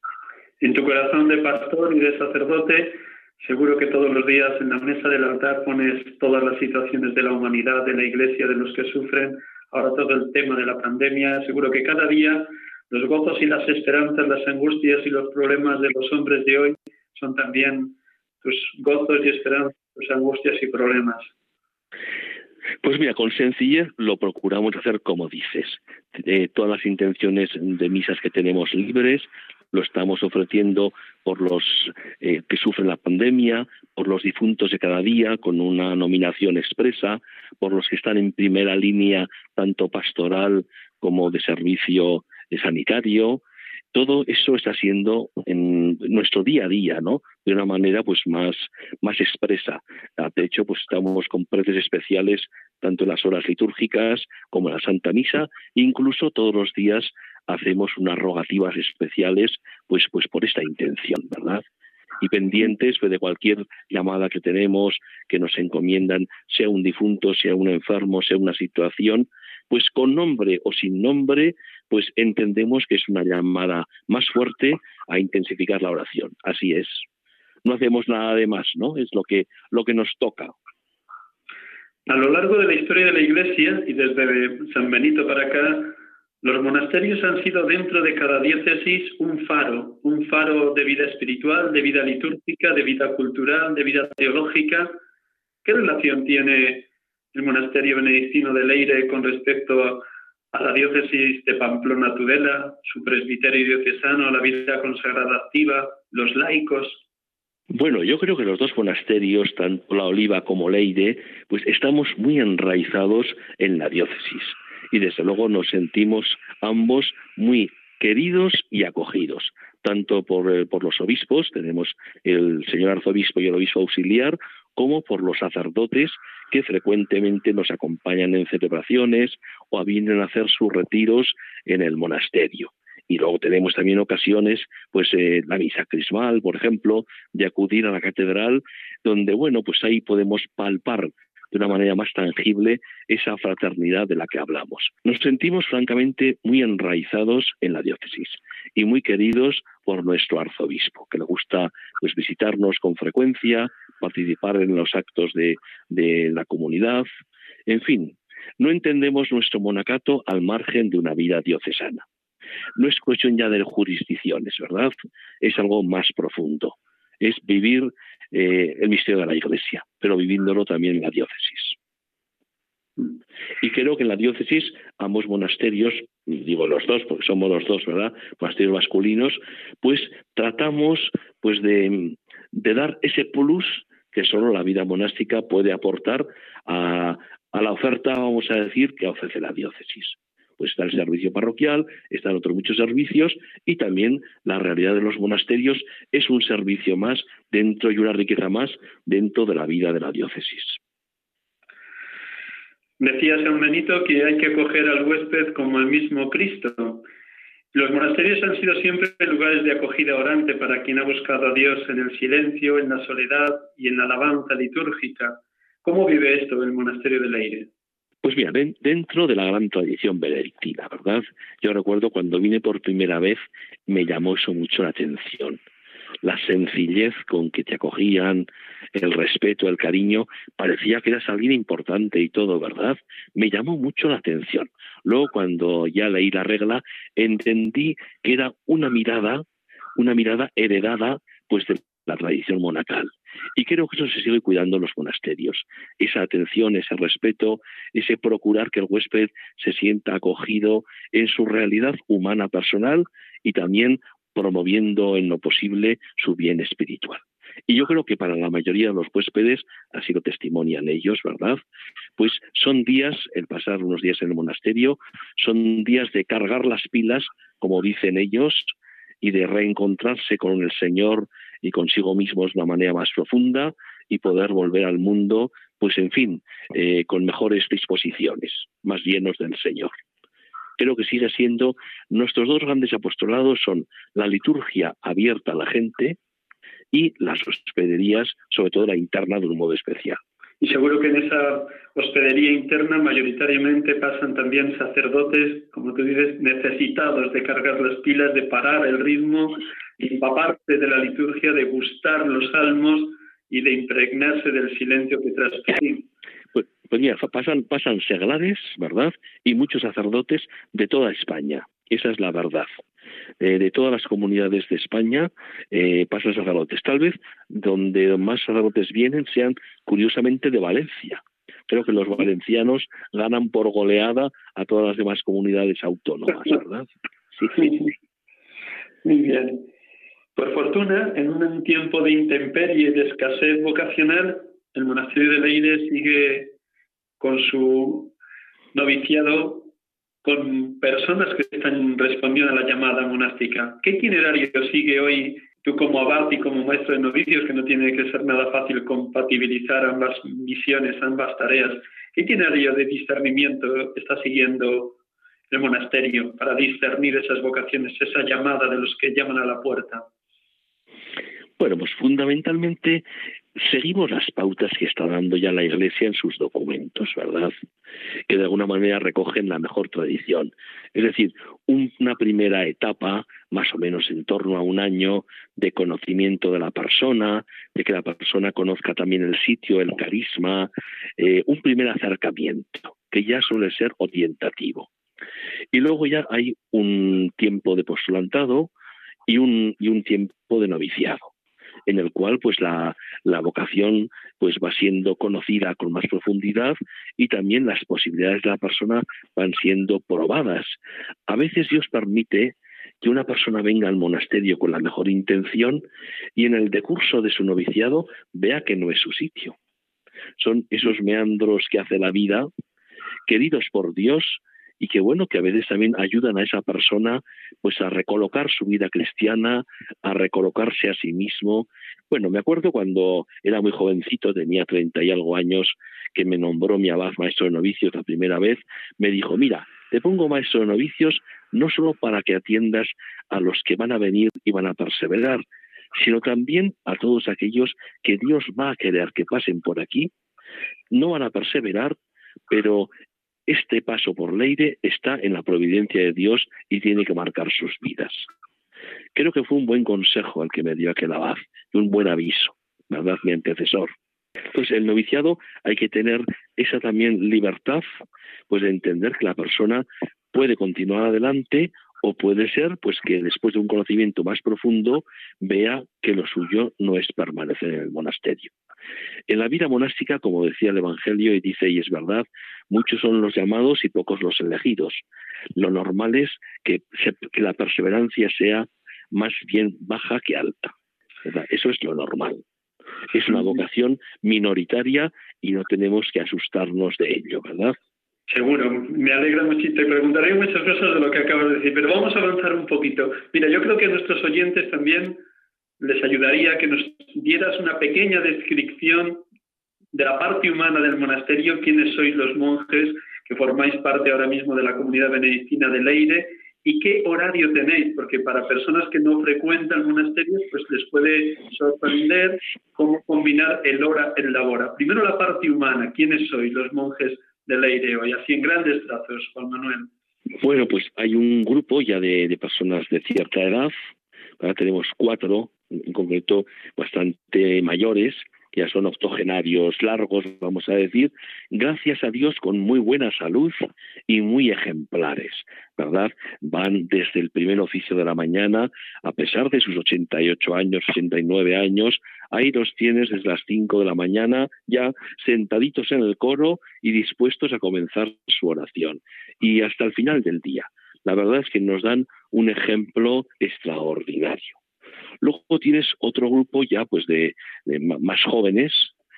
En tu corazón de pastor y de sacerdote, seguro que todos los días en la mesa del altar pones todas las situaciones de la humanidad, de la Iglesia, de los que sufren, ahora todo el tema de la pandemia. Seguro que cada día los gozos y las esperanzas, las angustias y los problemas de los hombres de hoy son también tus gozos y esperanzas, tus angustias y problemas. Pues mira, con sencillez lo procuramos hacer como dices. Eh, todas las intenciones de misas que tenemos libres lo estamos ofreciendo por los eh, que sufren la pandemia, por los difuntos de cada día con una nominación expresa, por los que están en primera línea tanto pastoral como de servicio sanitario. Todo eso está siendo en nuestro día a día, ¿no? De una manera pues más, más expresa. De hecho, pues estamos con preces especiales tanto en las horas litúrgicas como en la Santa Misa, incluso todos los días hacemos unas rogativas especiales pues, pues por esta intención, ¿verdad? Y pendientes pues, de cualquier llamada que tenemos, que nos encomiendan, sea un difunto, sea un enfermo, sea una situación, pues con nombre o sin nombre, pues entendemos que es una llamada más fuerte a intensificar la oración. Así es. No hacemos nada de más, ¿no? Es lo que, lo que nos toca. A lo largo de la historia de la Iglesia, y desde San Benito para acá, los monasterios han sido dentro de cada diócesis un faro, un faro de vida espiritual, de vida litúrgica, de vida cultural, de vida teológica. ¿Qué relación tiene el monasterio benedictino de Leire con respecto a, a la diócesis de Pamplona-Tudela, su presbiterio diocesano, la vida consagrada activa, los laicos? Bueno, yo creo que los dos monasterios, tanto La Oliva como Leire, pues estamos muy enraizados en la diócesis. Y desde luego nos sentimos ambos muy queridos y acogidos, tanto por, eh, por los obispos, tenemos el señor arzobispo y el obispo auxiliar, como por los sacerdotes que frecuentemente nos acompañan en celebraciones o vienen a hacer sus retiros en el monasterio. Y luego tenemos también ocasiones, pues eh, la misa crismal, por ejemplo, de acudir a la catedral, donde, bueno, pues ahí podemos palpar de una manera más tangible esa fraternidad de la que hablamos. Nos sentimos francamente muy enraizados en la diócesis y muy queridos por nuestro arzobispo, que le gusta pues visitarnos con frecuencia, participar en los actos de, de la comunidad. En fin, no entendemos nuestro monacato al margen de una vida diocesana. No es cuestión ya de jurisdicciones, ¿verdad? Es algo más profundo. Es vivir eh, el misterio de la Iglesia, pero viviéndolo también en la diócesis. Y creo que en la diócesis ambos monasterios, digo los dos, porque somos los dos, ¿verdad?, monasterios masculinos, pues tratamos pues de, de dar ese plus que solo la vida monástica puede aportar a, a la oferta, vamos a decir, que ofrece la diócesis. Pues está el servicio parroquial, están otros muchos servicios y también la realidad de los monasterios es un servicio más dentro y una riqueza más dentro de la vida de la diócesis. Decía San Benito que hay que acoger al huésped como el mismo Cristo. Los monasterios han sido siempre lugares de acogida orante para quien ha buscado a Dios en el silencio, en la soledad y en la alabanza litúrgica. ¿Cómo vive esto el monasterio de Leire? Pues mira, dentro de la gran tradición benedictina, ¿verdad? Yo recuerdo cuando vine por primera vez, me llamó eso mucho la atención. La sencillez con que te acogían, el respeto, el cariño, parecía que eras alguien importante y todo, ¿verdad? Me llamó mucho la atención. Luego, cuando ya leí la regla, entendí que era una mirada, una mirada heredada, pues, de la tradición monacal. Y creo que eso se sigue cuidando en los monasterios. Esa atención, ese respeto, ese procurar que el huésped se sienta acogido en su realidad humana personal y también promoviendo en lo posible su bien espiritual. Y yo creo que para la mayoría de los huéspedes, así lo testimonian ellos, ¿verdad? Pues son días, el pasar unos días en el monasterio, son días de cargar las pilas, como dicen ellos, y de reencontrarse con el Señor y consigo mismos de una manera más profunda y poder volver al mundo, pues en fin, eh, con mejores disposiciones, más llenos del Señor. Creo que sigue siendo, nuestros dos grandes apostolados son la liturgia abierta a la gente y las hospederías, sobre todo la interna, de un modo especial. Y seguro que en esa hospedería interna mayoritariamente pasan también sacerdotes, como tú dices, necesitados de cargar las pilas, de parar el ritmo, de empaparse de la liturgia, de gustar los salmos y de impregnarse del silencio que transmiten. Pues, pues mira, pasan, pasan seglares, ¿verdad?, y muchos sacerdotes de toda España. Esa es la verdad. Eh, de todas las comunidades de España eh, pasan sacerdotes. Tal vez donde más sacerdotes vienen sean, curiosamente, de Valencia. Creo que los valencianos ganan por goleada a todas las demás comunidades autónomas, ¿verdad? Sí, sí. Muy bien. Por fortuna, en un tiempo de intemperie y de escasez vocacional, el monasterio de Leire sigue con su noviciado con personas que están respondiendo a la llamada monástica. ¿Qué itinerario sigue hoy tú como abad y como maestro de novicios, que no tiene que ser nada fácil compatibilizar ambas misiones, ambas tareas? ¿Qué itinerario de discernimiento está siguiendo el monasterio para discernir esas vocaciones, esa llamada de los que llaman a la puerta? Bueno, pues fundamentalmente seguimos las pautas que está dando ya la Iglesia en sus documentos, ¿verdad? Que de alguna manera recogen la mejor tradición. Es decir, un, una primera etapa, más o menos en torno a un año, de conocimiento de la persona, de que la persona conozca también el sitio, el carisma, eh, un primer acercamiento, que ya suele ser orientativo. Y luego ya hay un tiempo de postulantado y un, y un tiempo de noviciado, en el cual pues la, la vocación pues va siendo conocida con más profundidad y también las posibilidades de la persona van siendo probadas. A veces Dios permite que una persona venga al monasterio con la mejor intención y en el decurso de su noviciado vea que no es su sitio. Son esos meandros que hace la vida, queridos por Dios, y que bueno, que a veces también ayudan a esa persona pues a recolocar su vida cristiana, a recolocarse a sí mismo. Bueno, me acuerdo cuando era muy jovencito, tenía treinta y algo años, que me nombró mi abad maestro de novicios la primera vez, me dijo, mira, te pongo maestro de novicios no solo para que atiendas a los que van a venir y van a perseverar, sino también a todos aquellos que Dios va a querer que pasen por aquí, no van a perseverar, pero este paso por Leyre está en la providencia de Dios y tiene que marcar sus vidas. Creo que fue un buen consejo el que me dio aquel abad, y un buen aviso, ¿verdad? Mi antecesor. Entonces, el noviciado hay que tener esa también libertad, pues de entender que la persona puede continuar adelante o puede ser pues que después de un conocimiento más profundo vea que lo suyo no es permanecer en el monasterio. En la vida monástica, como decía el Evangelio, y dice, y es verdad, muchos son los llamados y pocos los elegidos. Lo normal es que, se, que la perseverancia sea más bien baja que alta, ¿verdad? Eso es lo normal. Es una vocación minoritaria y no tenemos que asustarnos de ello, ¿verdad? Seguro, me alegra mucho y te preguntaré muchas cosas de lo que acabas de decir, pero vamos a avanzar un poquito. Mira, yo creo que a nuestros oyentes también les ayudaría que nos dieras una pequeña descripción de la parte humana del monasterio, quiénes sois los monjes que formáis parte ahora mismo de la comunidad benedictina de Leyre y qué horario tenéis, porque para personas que no frecuentan monasterios pues les puede sorprender cómo combinar el hora, el labora. Primero la parte humana, quiénes sois los monjes de Leyre hoy, así en grandes trazos, Juan Manuel. Bueno, pues hay un grupo ya de, de personas de cierta edad. Ahora tenemos cuatro, en concreto bastante mayores, que ya son octogenarios largos, vamos a decir, gracias a Dios con muy buena salud y muy ejemplares, ¿verdad? Van desde el primer oficio de la mañana, a pesar de sus ochenta y ocho años, ochenta y nueve años, ahí los tienes desde las cinco de la mañana, ya sentaditos en el coro y dispuestos a comenzar su oración, y hasta el final del día. La verdad es que nos dan un ejemplo extraordinario. Luego tienes otro grupo ya pues de, de más jóvenes,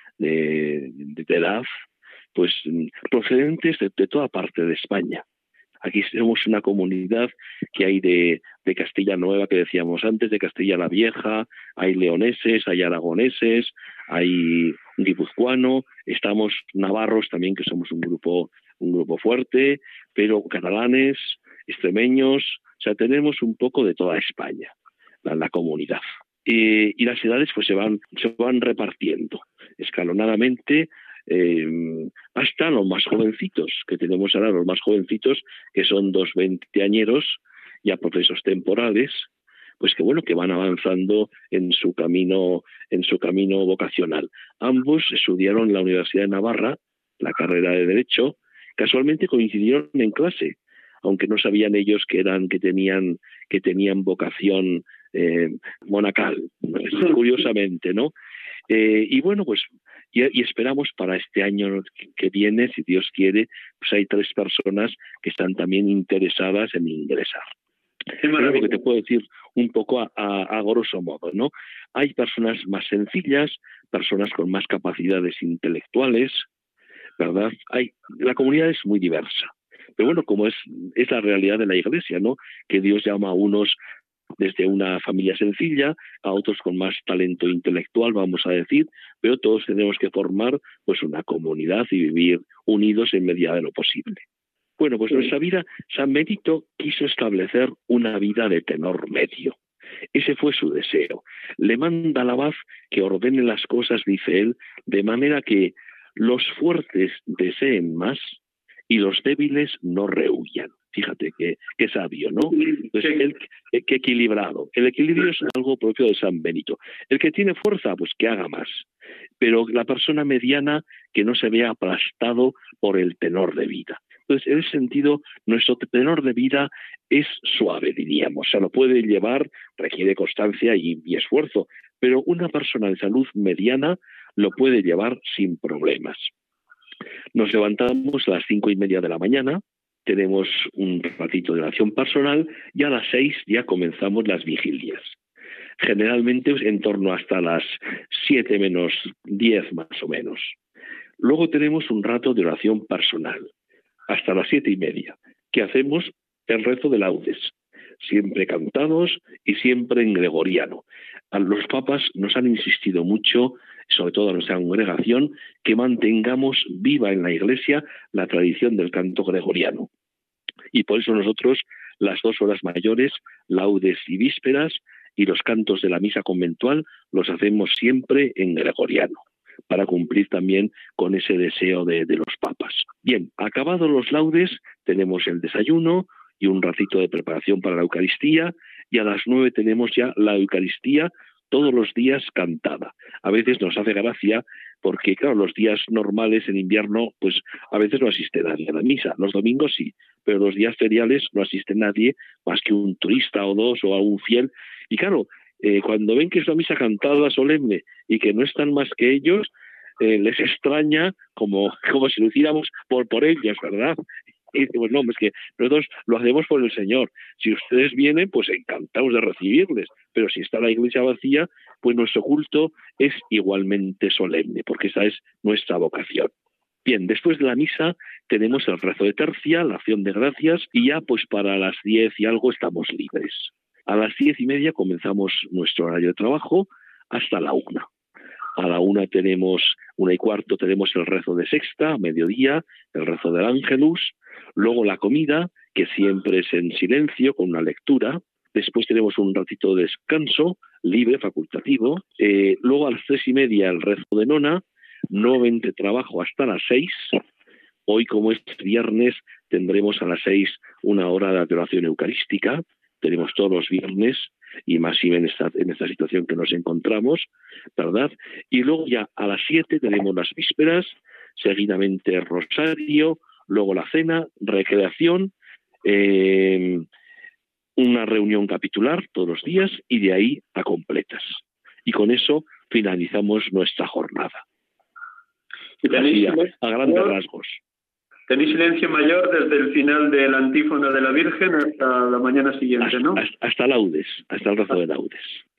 de, de, de edad, pues procedentes de, de toda parte de España. Aquí tenemos una comunidad que hay de, de Castilla Nueva, que decíamos antes, de Castilla la Vieja, hay leoneses, hay aragoneses, hay un guipuzcoano, estamos navarros también, que somos un grupo, un grupo fuerte, pero catalanes, extremeños, o sea, tenemos un poco de toda España, la, la comunidad. Eh, y las edades pues se van, se van repartiendo escalonadamente, eh, hasta los más jovencitos, que tenemos ahora los más jovencitos, que son dos veinteañeros, ya procesos temporales, pues que bueno, que van avanzando en su camino, en su camino vocacional. Ambos estudiaron en la Universidad de Navarra, la carrera de Derecho, casualmente coincidieron en clase, aunque no sabían ellos que eran, que tenían, que tenían vocación eh, monacal, curiosamente, ¿no? Eh, y bueno, pues y, y esperamos para este año que viene, si Dios quiere, pues hay tres personas que están también interesadas en ingresar. Es lo que te puedo decir un poco a, a, a grosso modo, ¿no? Hay personas más sencillas, personas con más capacidades intelectuales, ¿verdad? Hay, la comunidad es muy diversa. Pero bueno, como es, es la realidad de la Iglesia, ¿no? Que Dios llama a unos desde una familia sencilla, a otros con más talento intelectual, vamos a decir, pero todos tenemos que formar pues una comunidad y vivir unidos en medida de lo posible. Bueno, pues Sí. nuestra vida, San Benito quiso establecer una vida de tenor medio. Ese fue su deseo. Le manda al abad que ordene las cosas, dice él, de manera que los fuertes deseen más y los débiles no rehuyan. Fíjate qué, qué sabio, ¿no? Pues el, el, qué equilibrado. El equilibrio es algo propio de San Benito. El que tiene fuerza, pues que haga más. Pero la persona mediana que no se vea aplastado por el tenor de vida. Entonces, en ese sentido, nuestro tenor de vida es suave, diríamos. O sea, lo puede llevar, requiere constancia y, y esfuerzo, pero una persona de salud mediana lo puede llevar sin problemas. Nos levantamos a las cinco y media de la mañana, tenemos un ratito de oración personal y a las seis ya comenzamos las vigilias. Generalmente en torno hasta las siete menos diez más o menos. Luego tenemos un rato de oración personal, hasta las siete y media, que hacemos el rezo de laudes, siempre cantados y siempre en gregoriano. A los papas nos han insistido mucho, sobre todo a nuestra congregación, que mantengamos viva en la Iglesia la tradición del canto gregoriano. Y por eso nosotros, las dos horas mayores, laudes y vísperas, y los cantos de la misa conventual, los hacemos siempre en gregoriano, para cumplir también con ese deseo de, de los papas. Bien, acabados los laudes, tenemos el desayuno y un ratito de preparación para la Eucaristía, y a las nueve tenemos ya la Eucaristía todos los días cantada. A veces nos hace gracia porque, claro, los días normales en invierno, pues a veces no asiste nadie a la misa. Los domingos sí, pero los días feriales no asiste nadie más que un turista o dos o algún fiel. Y claro, eh, cuando ven que es una misa cantada solemne y que no están más que ellos, eh, les extraña como, como si lo hiciéramos por, por ellos, ¿verdad? Y decimos, no, es que nosotros lo hacemos por el Señor. Si ustedes vienen, pues encantados de recibirles. Pero si está la iglesia vacía, pues nuestro culto es igualmente solemne, porque esa es nuestra vocación. Bien, después de la misa tenemos el rezo de tercia, la acción de gracias, y ya pues para las diez y algo estamos libres. A las diez y media comenzamos nuestro horario de trabajo hasta la una. A la una tenemos, una y cuarto tenemos el rezo de sexta, a mediodía, el rezo del Ángelus, luego la comida, que siempre es en silencio, con una lectura. Después tenemos un ratito de descanso, libre, facultativo. Eh, luego a las tres y media el rezo de nona, nuevamente trabajo hasta las seis. Hoy, como es viernes, tendremos a las seis una hora de adoración eucarística. Tenemos todos los viernes, y más y en esta, en esta situación que nos encontramos, ¿verdad? Y luego ya a las siete tenemos las vísperas, seguidamente el rosario, luego la cena, recreación, eh, una reunión capitular todos los días y de ahí a completas. Y con eso finalizamos nuestra jornada. Así, a, a grandes rasgos. Tenéis silencio mayor desde el final de la antífona de la Virgen hasta la mañana siguiente, hasta, ¿no? Hasta, hasta laudes, hasta el rezo de laudes.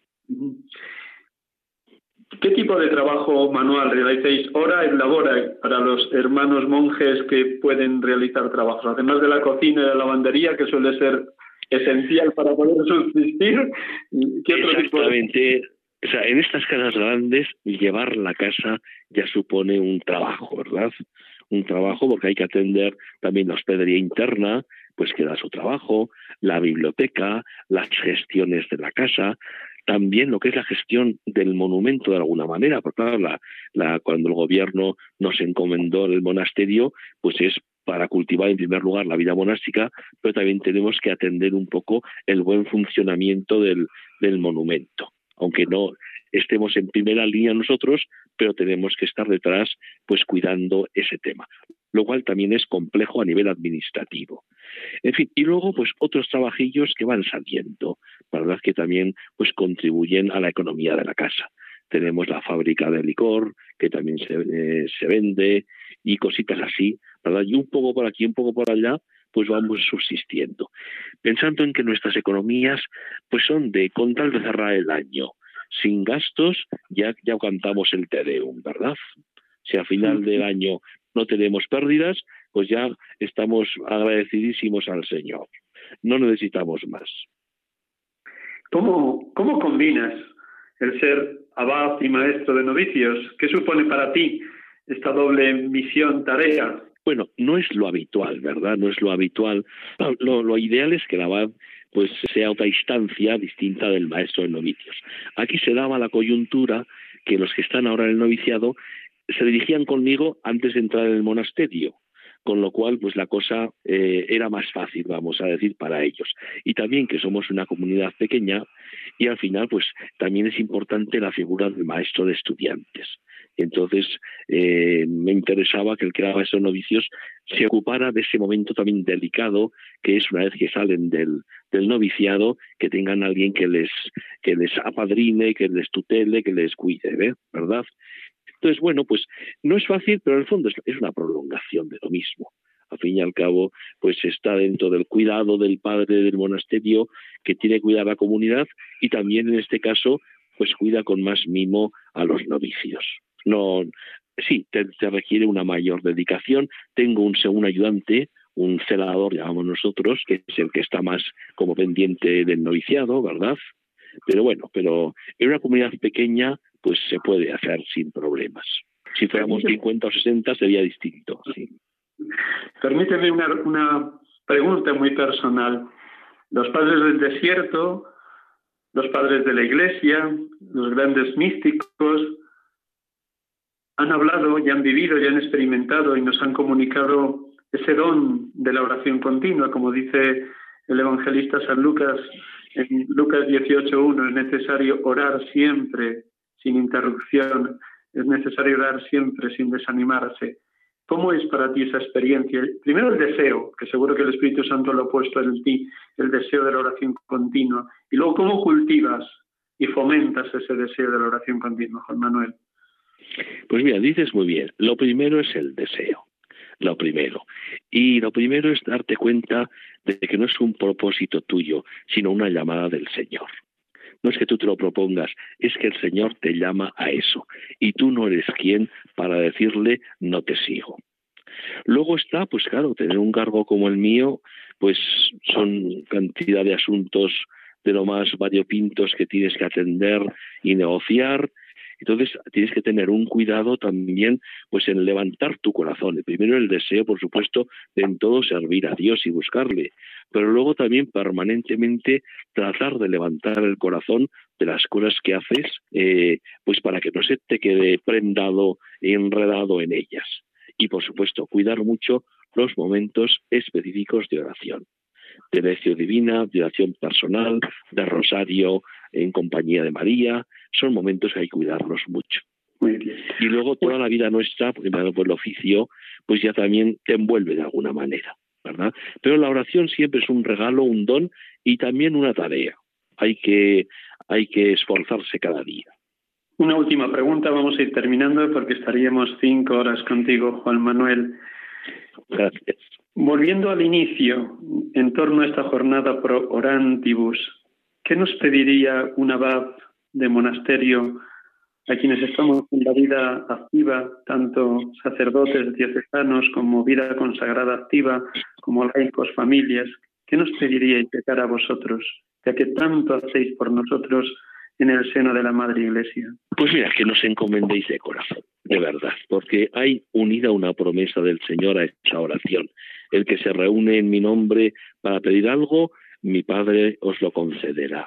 ¿Qué tipo de trabajo manual realizáis hora et labora para los hermanos monjes que pueden realizar trabajos? Además de la cocina y la lavandería, que suele ser esencial para poder subsistir, ¿qué otro tipo de...? Exactamente. O sea, en estas casas grandes, llevar la casa ya supone un trabajo, ¿verdad? Un trabajo porque hay que atender también la hospedería interna, pues que da su trabajo, la biblioteca, las gestiones de la casa, también lo que es la gestión del monumento de alguna manera, porque claro, la, la, cuando el gobierno nos encomendó el monasterio, pues es para cultivar en primer lugar la vida monástica, pero también tenemos que atender un poco el buen funcionamiento del, del monumento, aunque no estemos en primera línea nosotros, pero tenemos que estar detrás pues cuidando ese tema, lo cual también es complejo a nivel administrativo. En fin, y luego pues otros trabajillos que van saliendo, verdad, que también pues contribuyen a la economía de la casa. Tenemos la fábrica de licor, que también se, eh, se vende, y cositas así, ¿verdad? Y un poco por aquí, un poco por allá, pues vamos subsistiendo. Pensando en que nuestras economías pues son de, con tal de cerrar el año, sin gastos, ya, ya cantamos el Te Deum, ¿verdad? Si a final del año no tenemos pérdidas, pues ya estamos agradecidísimos al Señor. No necesitamos más. ¿Cómo, cómo combinas el ser abad y maestro de novicios? ¿Qué supone para ti esta doble misión, tarea? Bueno, no es lo habitual, ¿verdad? No es lo habitual. Lo, lo ideal es que el abad pues sea otra instancia distinta del maestro de novicios. Aquí se daba la coyuntura que los que están ahora en el noviciado se dirigían conmigo antes de entrar en el monasterio, con lo cual pues la cosa eh, era más fácil, vamos a decir, para ellos. Y también que somos una comunidad pequeña y al final pues también es importante la figura del maestro de estudiantes. Entonces eh, me interesaba que el que era maestro de novicios se ocupara de ese momento también delicado que es una vez que salen del, del noviciado, que tengan a alguien que les, que les apadrine, que les tutele, que les cuide, ¿eh? ¿Verdad? Entonces, bueno, pues no es fácil, pero en el fondo es, es una prolongación de lo mismo. Al fin y al cabo, pues está dentro del cuidado del padre del monasterio que tiene que cuidar a la comunidad y también en este caso, pues cuida con más mimo a los novicios. No, sí, te, te requiere una mayor dedicación. Tengo un segundo ayudante, un celador, llamamos nosotros, que es el que está más como pendiente del noviciado, ¿verdad? Pero bueno, pero en una comunidad pequeña pues se puede hacer sin problemas. Si fuéramos cincuenta o sesenta sería distinto. Sí. Permíteme una, una pregunta muy personal. Los padres del desierto, los padres de la Iglesia, los grandes místicos, han hablado y han vivido y han experimentado y nos han comunicado ese don de la oración continua, como dice el evangelista San Lucas en Lucas dieciocho uno, es necesario orar siempre sin interrupción, es necesario orar siempre sin desanimarse. ¿Cómo es para ti esa experiencia? Primero el deseo, que seguro que el Espíritu Santo lo ha puesto en ti, el deseo de la oración continua, y luego cómo cultivas y fomentas ese deseo de la oración continua, Juan Manuel. Pues mira, dices muy bien, lo primero es el deseo. Lo primero. Y lo primero es darte cuenta de que no es un propósito tuyo, sino una llamada del Señor. No es que tú te lo propongas, es que el Señor te llama a eso. Y tú no eres quien para decirle no te sigo. Luego está, pues claro, tener un cargo como el mío, pues son cantidad de asuntos de lo más variopintos que tienes que atender y negociar. Entonces tienes que tener un cuidado también pues en levantar tu corazón. Primero el deseo, por supuesto, de en todo servir a Dios y buscarle, pero luego también permanentemente tratar de levantar el corazón de las cosas que haces, eh, pues para que no se te quede prendado y enredado en ellas. Y por supuesto, cuidar mucho los momentos específicos de oración, de lección divina, de oración personal, de rosario en compañía de María. Son momentos que hay que cuidarlos mucho. Muy bien. Y luego toda la vida nuestra, primero por el oficio, pues ya también te envuelve de alguna manera, ¿verdad? Pero la oración siempre es un regalo, un don y también una tarea. Hay que, hay que esforzarse cada día. Una última pregunta, vamos a ir terminando porque estaríamos cinco horas contigo, Juan Manuel. Gracias. Volviendo al inicio, en torno a esta jornada pro orantibus, ¿qué nos pediría un abad de monasterio a quienes estamos en la vida activa, tanto sacerdotes diocesanos como vida consagrada activa, como laicos, familias? ¿Qué nos pediríais de cara a vosotros, ya que tanto hacéis por nosotros en el seno de la Madre Iglesia? Pues mira, que nos encomendéis de corazón, de verdad, porque hay unida una promesa del Señor a esa oración. El que se reúne en mi nombre para pedir algo, mi Padre os lo concederá.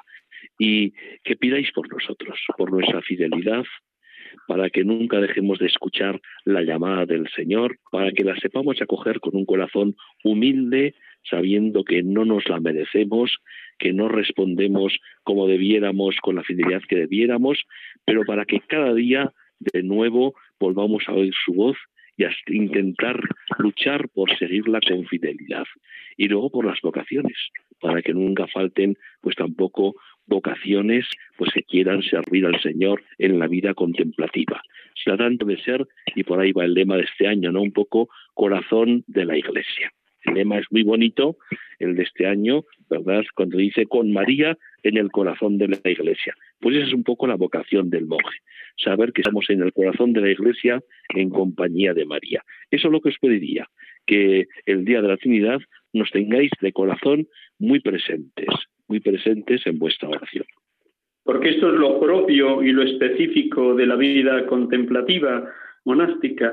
Y que pidáis por nosotros, por nuestra fidelidad, para que nunca dejemos de escuchar la llamada del Señor, para que la sepamos acoger con un corazón humilde, sabiendo que no nos la merecemos, que no respondemos como debiéramos, con la fidelidad que debiéramos, pero para que cada día de nuevo volvamos a oír su voz y a intentar luchar por seguirla con fidelidad. Y luego por las vocaciones, para que nunca falten pues tampoco vocaciones pues que quieran servir al Señor en la vida contemplativa. Se tanto de ser, y por ahí va el lema de este año, ¿no? Un poco corazón de la Iglesia. El lema es muy bonito, el de este año, ¿verdad? Cuando dice con María en el corazón de la Iglesia. Pues esa es un poco la vocación del monje, saber que estamos en el corazón de la Iglesia en compañía de María. Eso es lo que os pediría, que el día de la Trinidad nos tengáis de corazón muy presentes, muy presentes en vuestra oración. Porque esto es lo propio y lo específico de la vida contemplativa, monástica.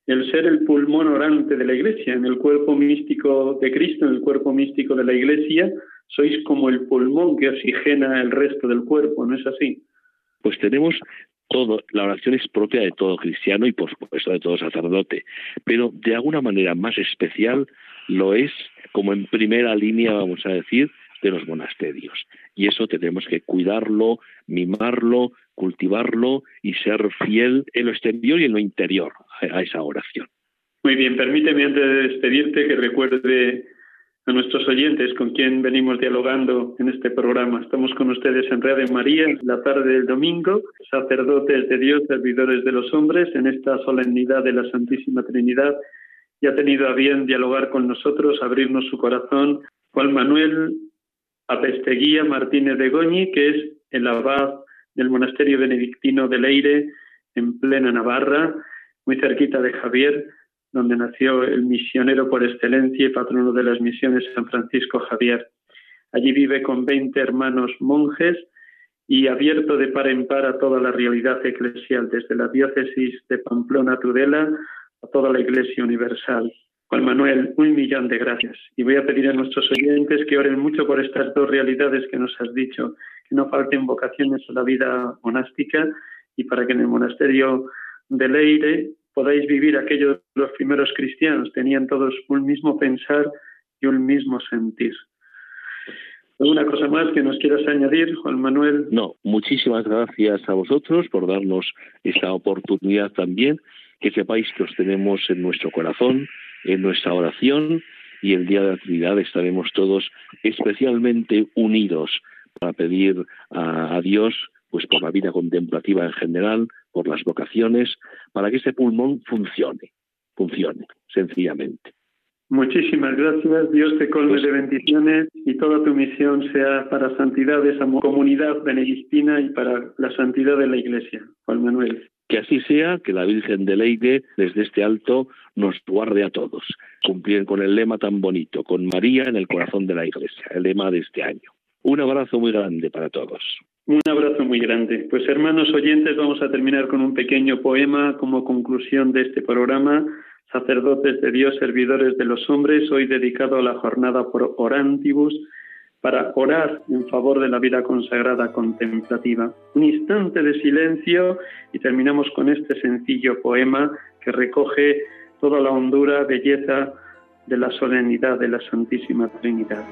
el ser el pulmón orante de la Iglesia. En el cuerpo místico de Cristo, en el cuerpo místico de la Iglesia, sois como el pulmón que oxigena el resto del cuerpo, ¿no es así? Pues tenemos todo, la oración es propia de todo cristiano y por supuesto de todo sacerdote, pero de alguna manera más especial lo es como en primera línea, vamos a decir, de los monasterios. Y eso tenemos que cuidarlo, mimarlo, cultivarlo y ser fiel en lo exterior y en lo interior a, a esa oración. Muy bien, permíteme antes de despedirte que recuerde a nuestros oyentes con quien venimos dialogando en este programa. Estamos con ustedes en Radio María, la tarde del domingo, sacerdotes de Dios, servidores de los hombres, en esta solemnidad de la Santísima Trinidad, y ha tenido a bien dialogar con nosotros, abrirnos su corazón, Juan Manuel Apesteguía Martínez de Goñi, que es el abad del monasterio benedictino de Leire, en plena Navarra, muy cerquita de Javier, donde nació el misionero por excelencia y patrono de las misiones San Francisco Javier. Allí vive con veinte hermanos monjes y abierto de par en par a toda la realidad eclesial, desde la diócesis de Pamplona Tudela a toda la Iglesia universal. Juan Manuel, un millón de gracias. Y voy a pedir a nuestros oyentes que oren mucho por estas dos realidades que nos has dicho, que no falten vocaciones a la vida monástica y para que en el monasterio de Leire podáis vivir aquello de los primeros cristianos, tenían todos un mismo pensar y un mismo sentir. ¿Alguna cosa más que nos quieras añadir, Juan Manuel? No, muchísimas gracias a vosotros por darnos esta oportunidad también, que sepáis que os tenemos en nuestro corazón, en nuestra oración, y el día de la Trinidad estaremos todos especialmente unidos para pedir a, a Dios pues por la vida contemplativa en general, por las vocaciones, para que ese pulmón funcione, funcione, sencillamente. Muchísimas gracias, Dios te colme pues, de bendiciones y toda tu misión sea para santidad de esa comunidad benedictina y para la santidad de la Iglesia. Juan Manuel. Que así sea, que la Virgen de Leire, desde este alto, nos guarde a todos. Cumplir con el lema tan bonito, con María en el corazón de la Iglesia, el lema de este año. Un abrazo muy grande para todos. Un abrazo muy grande. Pues hermanos oyentes, vamos a terminar con un pequeño poema como conclusión de este programa, Sacerdotes de Dios, servidores de los hombres, hoy dedicado a la jornada por Orantibus, para orar en favor de la vida consagrada contemplativa. Un instante de silencio y terminamos con este sencillo poema que recoge toda la hondura, belleza de la solemnidad de la Santísima Trinidad.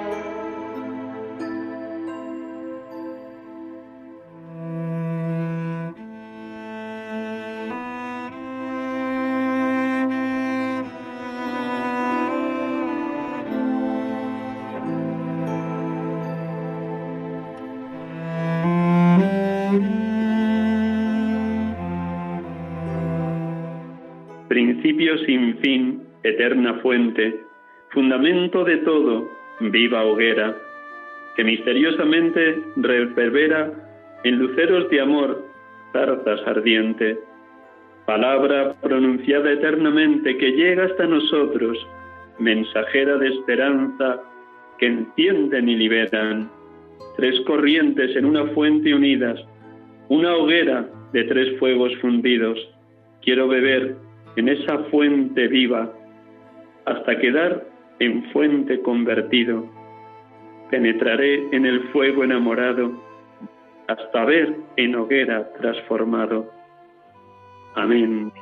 Principio sin fin, eterna fuente, fundamento de todo, viva hoguera, que misteriosamente reverbera en luceros de amor, zarzas ardiente, palabra pronunciada eternamente que llega hasta nosotros, mensajera de esperanza que encienden y liberan, tres corrientes en una fuente unidas, una hoguera de tres fuegos fundidos. Quiero beber en esa fuente viva, hasta quedar en fuente convertido. Penetraré en el fuego enamorado, hasta ver en hoguera transformado. Amén.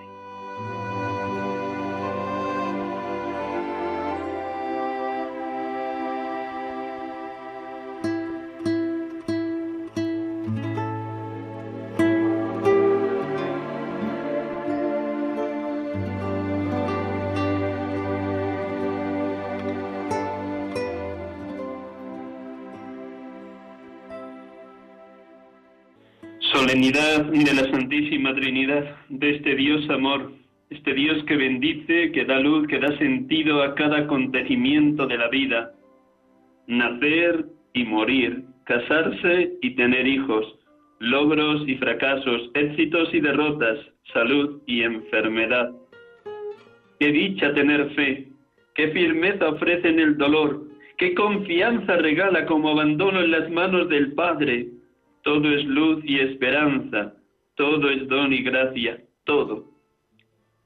Solemnidad de la Santísima Trinidad, de este Dios amor, este Dios que bendice, que da luz, que da sentido a cada acontecimiento de la vida. Nacer y morir, casarse y tener hijos, logros y fracasos, éxitos y derrotas, salud y enfermedad. Qué dicha tener fe, qué firmeza ofrece en el dolor, qué confianza regala como abandono en las manos del Padre. Todo es luz y esperanza, todo es don y gracia, todo.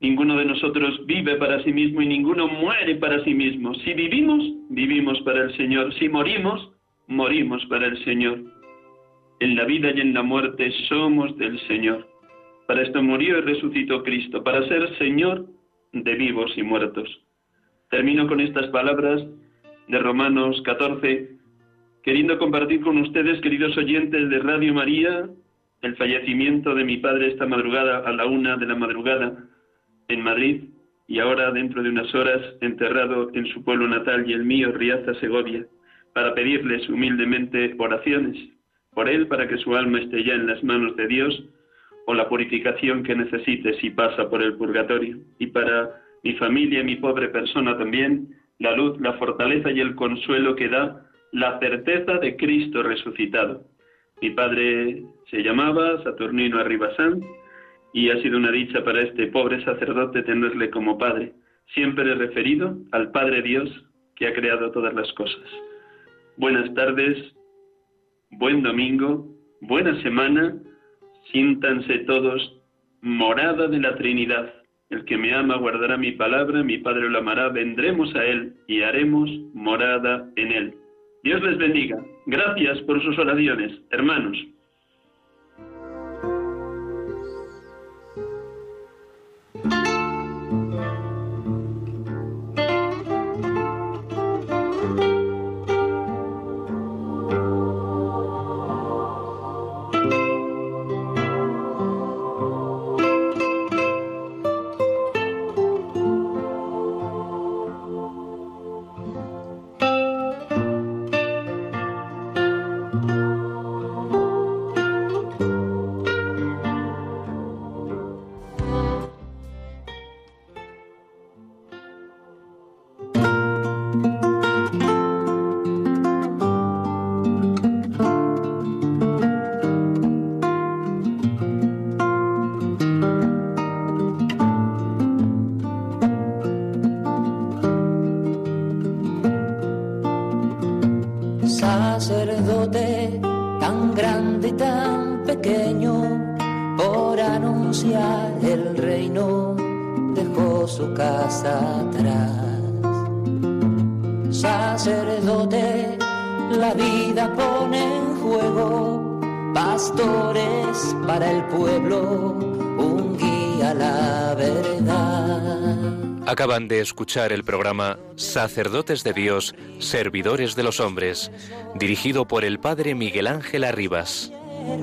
Ninguno de nosotros vive para sí mismo y ninguno muere para sí mismo. Si vivimos, vivimos para el Señor. Si morimos, morimos para el Señor. En la vida y en la muerte somos del Señor. Para esto murió y resucitó Cristo, para ser Señor de vivos y muertos. Termino con estas palabras de Romanos catorce, queriendo compartir con ustedes, queridos oyentes de Radio María, el fallecimiento de mi padre esta madrugada a la una de la madrugada en Madrid, y ahora, dentro de unas horas, enterrado en su pueblo natal y el mío, Riaza, Segovia, para pedirles humildemente oraciones por él, para que su alma esté ya en las manos de Dios, o la purificación que necesite si pasa por el purgatorio, y para mi familia y mi pobre persona también, la luz, la fortaleza y el consuelo que da la certeza de Cristo resucitado. Mi padre se llamaba Saturnino Arribasán, y ha sido una dicha para este pobre sacerdote tenerle como padre, siempre referido al Padre Dios que ha creado todas las cosas. Buenas tardes, buen domingo, buena semana, siéntanse todos morada de la Trinidad. El que me ama guardará mi palabra, mi Padre lo amará, vendremos a él y haremos morada en él. Dios les bendiga. Gracias por sus oraciones, hermanos. Sacerdote tan grande y tan pequeño, por anunciar el reino dejó su casa atrás. Sacerdote, la vida pone en juego, pastores para el pueblo, un guía a la verdad. Acaban de escuchar el programa Sacerdotes de Dios, Servidores de los Hombres, dirigido por el padre Miguel Ángel Arribas.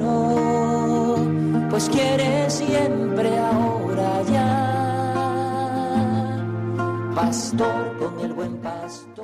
Pues quiere siempre ahora ya, pastor con el buen pastor.